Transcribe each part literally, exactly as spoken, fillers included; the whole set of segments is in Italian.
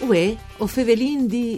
Uè, o Fevelin di...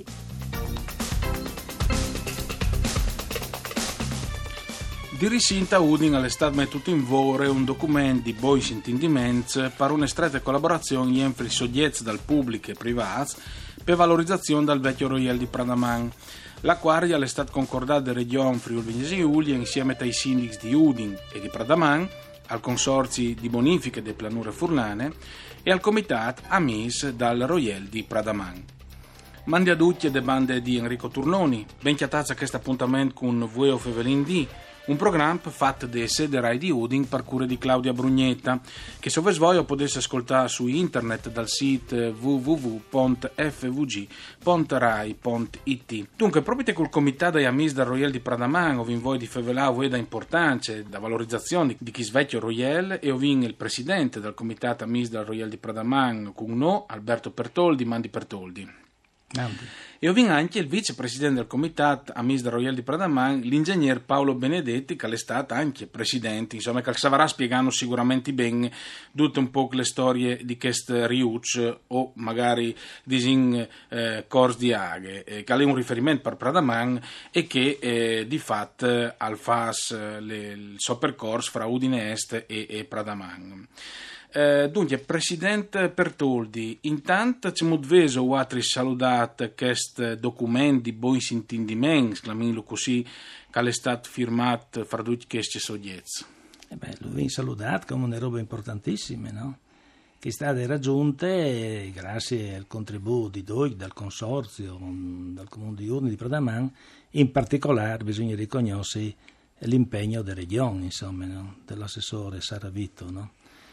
Di risinta Udin all'estat mettuto in vore un documento di bois intendiments per una stretta collaborazione entre i soggetti dal pubblico e privati per valorizzazione del vecchio Royal di Pradaman. L'acquario all'estat concordata da Regione Friuli-Venezia Giulia insieme ai sindici di Udin e di Pradaman, al consorzio di bonifiche delle planure furlane e al comitato Amis dal Royal di Pradaman. Mandi a tutti le bande di Enrico Turnoni, ben chiatazza a questo appuntamento con Vueo Fevelin di un programma fatto da sede Rai di Udin per cura di Claudia Brugnetta, che se voi potesse ascoltare su internet dal sito w w w punto f v g punto rai punto i t. Dunque, proprio col comitato e Amis del Royal di Pradaman, ovin voi di Fevelà, voi da importanza, da valorizzazione di chi svecchio Royal, e ovin il presidente del comitato Amis del Royal di Pradaman, con no, Alberto Pertoldi, Mandi Pertoldi. Mandi. E ovin anche il vicepresidente del comitato Amis del Royal di Pradaman, l'ingegner Paolo Benedetti, che è stato anche presidente, insomma, che saprà spiegando sicuramente bene tutte un po' le storie di questo riuc o magari di eh, Cors di Aghe, eh, che è un riferimento per Pradaman e che eh, di fatto al fas eh, le, il suo percorso fra Udine Est e, e Pradaman. Eh, dunque, Presidente Pertoldi, intanto ci mudveso o altri salutat questo documento di bois intendiments, chiamiamolo così, che è stato firmato fra tutti questi soggetti. Eh beh, lo vi salutat come una roba importantissima, no? Che state raggiunte grazie al contributo di D O I, dal consorzio, dal Comune di Udine di Pradaman, in particolare bisogna riconoscere l'impegno della regione, insomma, no? Dell'assessore Saravito, no?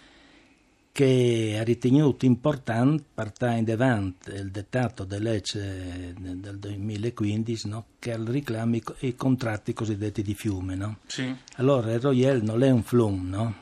Che ha ritenuto importante portare in avanti il dettato della legge del duemilaquindici, no? Che reclama i contratti cosiddetti di fiume, no? Sì. Allora il Royal non è un flum, no?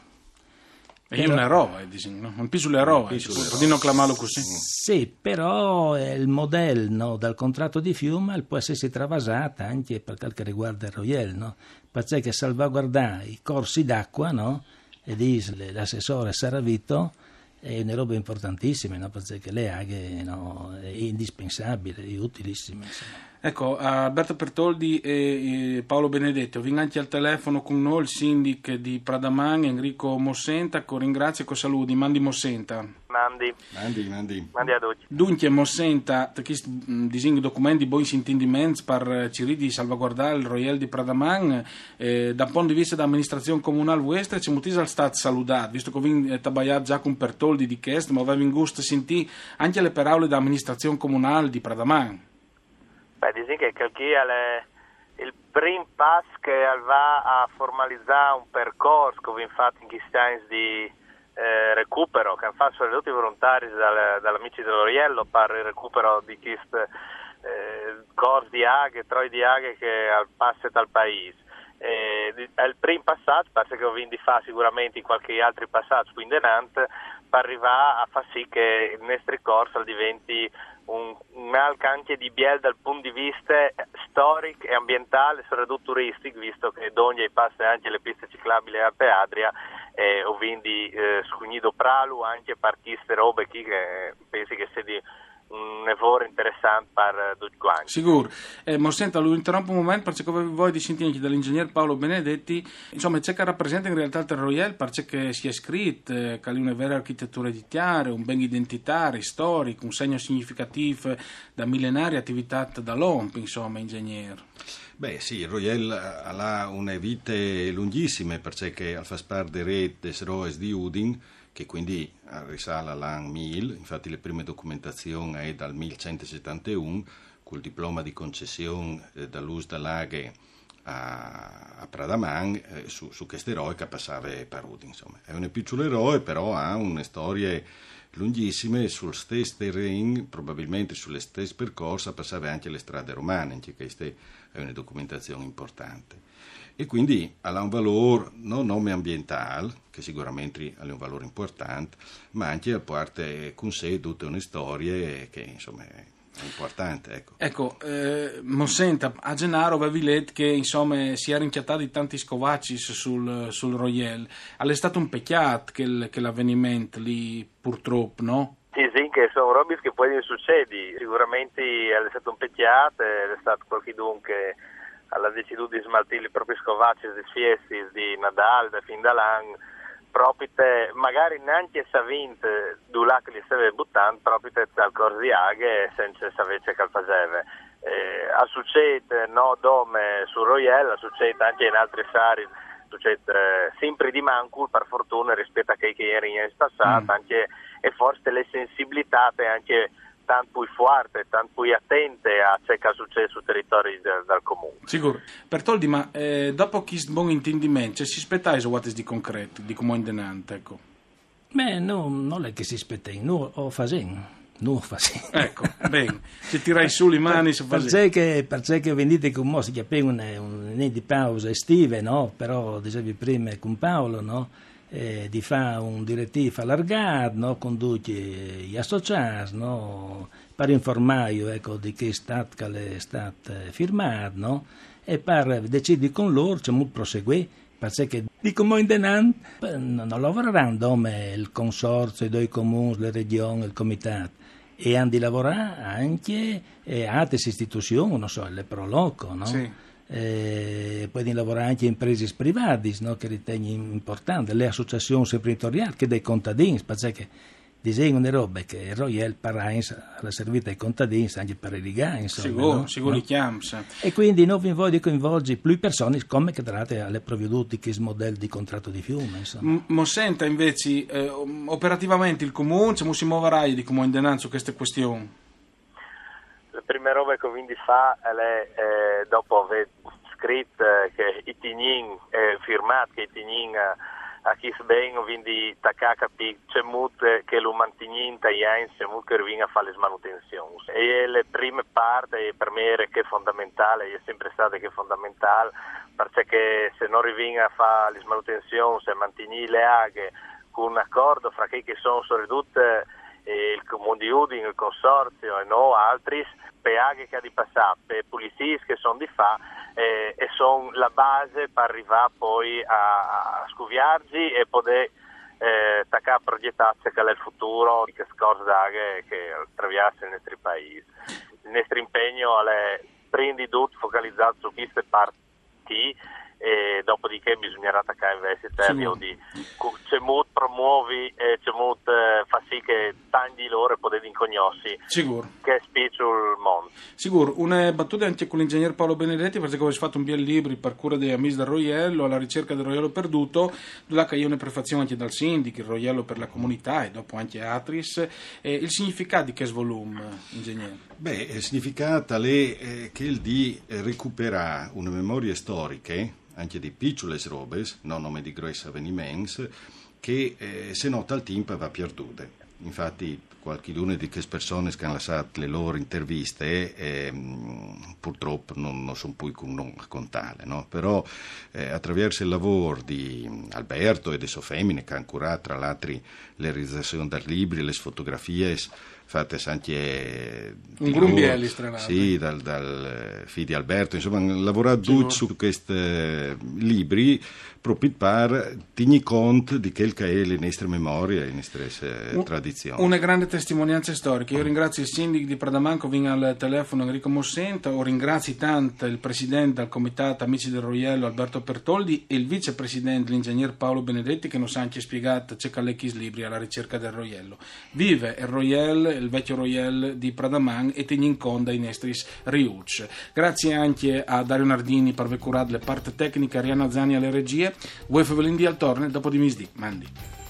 È però, un eroe, no? Un piccolo eroe, di non chiamarlo così. Sì, però il modello, no, del contratto di fiume può essere travasato anche per quel che riguarda il Royal, no? Perché salvaguardare i corsi d'acqua, no? E dice l'assessore Saravito è una roba importantissima, no? Perché le aghe, no, è indispensabile, è utilissima, insomma. Ecco, Alberto Pertoldi e Paolo Benedetti, ho vinto al telefono con noi il sindaco di Pradaman, Enrico Mossenta, con ringrazio e con saluti. Mandi Mossenta. Mandi. Mandi, mandi. Mandi a tutti. Dunque, Mossenta, questi disegni documenti, bois intendiments per cercare di salvaguardare il Royal di Pradaman, eh, da punto di vista dell'amministrazione comunale vostra, ci mutisa al stato salutato, visto che ho vinto tabagliato già con Pertoldi di questo, ma avevo in gusto sentire anche le parole dell'amministrazione comunale di Pradaman. Beh, dici che qui è il primo passo che va a formalizzare un percorso che infatti in questi anni di eh, recupero che hanno fatto tutti i volontari dal, dall'Amici dell'Oriello per il recupero di questo eh, corso di aghe, troi di aghe che passa dal paese. Eh, è il primo passaggio, perché ho vinto fa sicuramente in qualche altro passaggio quindi per arrivare a far sì che il nostro corso diventi un, un anche di biel dal punto di vista storico e ambientale, soprattutto turistico, visto che Donja passa anche le piste ciclabili a Alpe Adria e ho quindi eh, Scugnido Pralu anche per queste robe qui che pensi che sia di un lavoro interessante per tutti quanti. Sicuro. Eh, ma senta, lo interrompo un momento perché come voi di sentire anche dall'ingegner Paolo Benedetti, insomma c'è che rappresenta in realtà il Royal perché si è scritto eh, che è una vera architettura ediliare, un ben identitario, storico, un segno significativo da millenarie attività dall'O M P, insomma, ingegner. Beh sì, il Royal ha una vite lunghissime perché fa parte delle reti des Roes di Udin, che quindi risale all'anno mille, infatti le prime documentazioni è dal millecentosettantuno, col diploma di concessione eh, dall'uso dell'aghe a, a Pradaman, eh, su, su questo eroe che passava per Udin. Insomma. È un piccolo eroe, però ha una storia lunghissime sul stesso terreno, probabilmente sulle stesse percorse, passava anche le strade romane, anche questa è una documentazione importante. E quindi ha un valore non nome ambientale, che sicuramente ha un valore importante, ma anche parte con sé tutte una storia che insomma è importante. Ecco, ecco eh, Monsenta, a Gennaro avevi letto che insomma si era inchiattati tanti scovacci sul, sul Royal. È stato un peccato che, che l'avvenimento lì purtroppo, no? Sì, sì, che sono robe che poi succedi. Sicuramente è stato un peccato, è stato qualche dunque alla deciduto di smaltire i propri scovacci di fiesti di Nadal, da fin da l'anno, proprio te, magari neanche sa vinto là che li stava buttando, proprio te dal corso di aghe senza sapere che faceva. Eh, a succede no dome su Royal, a succede anche in altri sari, succede eh, sempre di manco per fortuna rispetto a che ieri in passato, mm. anche e forse le sensibilità anche tanto più forte, tanto più attente a ciò che è successo sul territorio del, del comune. Sicuro. Bertoldi, ma eh, dopo questo buon intendimento si aspetta qualcosa di concreto, di come intenante, ecco? Beh, no, non è che si aspetta, no, o fasen. No, fasen. Ecco, bene, se tirai su le mani si fa perché perché che vendite con mo si chiama un un di pausa estive, no? Però dicevi prima con Paolo, no? Eh, di fare un direttivo allargato, no? Conduce gli associati, no? Per informare, ecco, di che stat che è stato firmato, no? E per decidere con loro c'è molto proseguire, perché di come intenante non lavoreranno come il consorzio, i due comuni, le regioni, il comitato, e hanno di lavorare anche eh, altre istituzioni, non so, le Proloco, no? Sì. Eh, poi di lavorare anche imprese private, no? Che ritengo importante, le associazioni imprenditoriali, che dei contadini, perché disegnano le robe che il Royal parla alla servita ai contadini anche per irrigare, insomma. Sicuro, no? sicuro no? chiamsa. E quindi noi vi voglio coinvolgere più persone come che tratte alle provveduti che modello di contratto di fiume, insomma. M- ma senta invece eh, operativamente il comune come si muoverà di come in su queste questioni? Le prime robe che quindi fa è eh, dopo aver scritto eh, che i tignin eh, firmato che i tignin a, a chi ben quindi tacca capi c'è molto che lo mantignin tagliain c'è molto che viene a fare le manutenzioni e le prime parti per me era che è fondamentale, è sempre stato che è fondamentale perché se non riviene a fare le manutenzioni, se mantigni le aghe con un accordo fra chi che sono ridotte eh, il comune di Udine, il consorzio e no altri per aghe che ha di passare, per pulizie che sono di fa eh, e sono la base per arrivare poi a, a scuviarci e poter eh, attaccare a progettare che è il futuro che scorse d'aghe che attraversa il nostro paese. Il nostro impegno è prima di tutto focalizzato su queste parti e dopodiché bisognerà attaccare invece termini di c'è molto promuovi e c'è molto eh, fa sì che tanti loro potete incognossi sicuro che è spiccio il mondo sicuro. Una battuta anche con l'ingegnere Paolo Benedetti perché avete fatto un bel libro per cura dei Amis del Roiello alla ricerca del Roiello perduto, là che io una prefazione anche dal sindaco il Roiello per la comunità e dopo anche Atris eh, il significato di che volume, ingegnere? Beh, il significato è eh, che il di recuperare una memoria storica anche di piccole robe, non nome di grossi avvenimenti, che eh, se nota al tempo va perdute. Infatti, qualcuno di queste persone che hanno lasciato le loro interviste eh, purtroppo non, non sono più con non raccontare, no? Però eh, attraverso il lavoro di Alberto e di sue femmine che hanno curato tra l'altro le realizzazioni dei libri, le fotografie fatte anche un grumbielli stranato sì, dal, dal figlio di Alberto, insomma hanno lavorato su questi libri proprio per tenere conto di quel che è le nostre memorie e le nostre eh, tradizioni. Una grande testimonianza storica. Io ringrazio il sindaco di Pradamanco, viene al telefono Enrico Mossenta, o ringrazio tanto il presidente del comitato Amici del Roiello Alberto Pertoldi e il vicepresidente l'ingegner Paolo Benedetti che nos ha anche spiegato c'è Calecchis libri alla ricerca del Roiello. Vive il Roiello, il vecchio Roiello di Pradaman e tegni in conda i nostri riucci. Grazie anche a Dario Nardini per aver curato le parti tecniche, Arianna Zani alle regie. Voi Fevelin di al torne dopo di misdì. Mandi.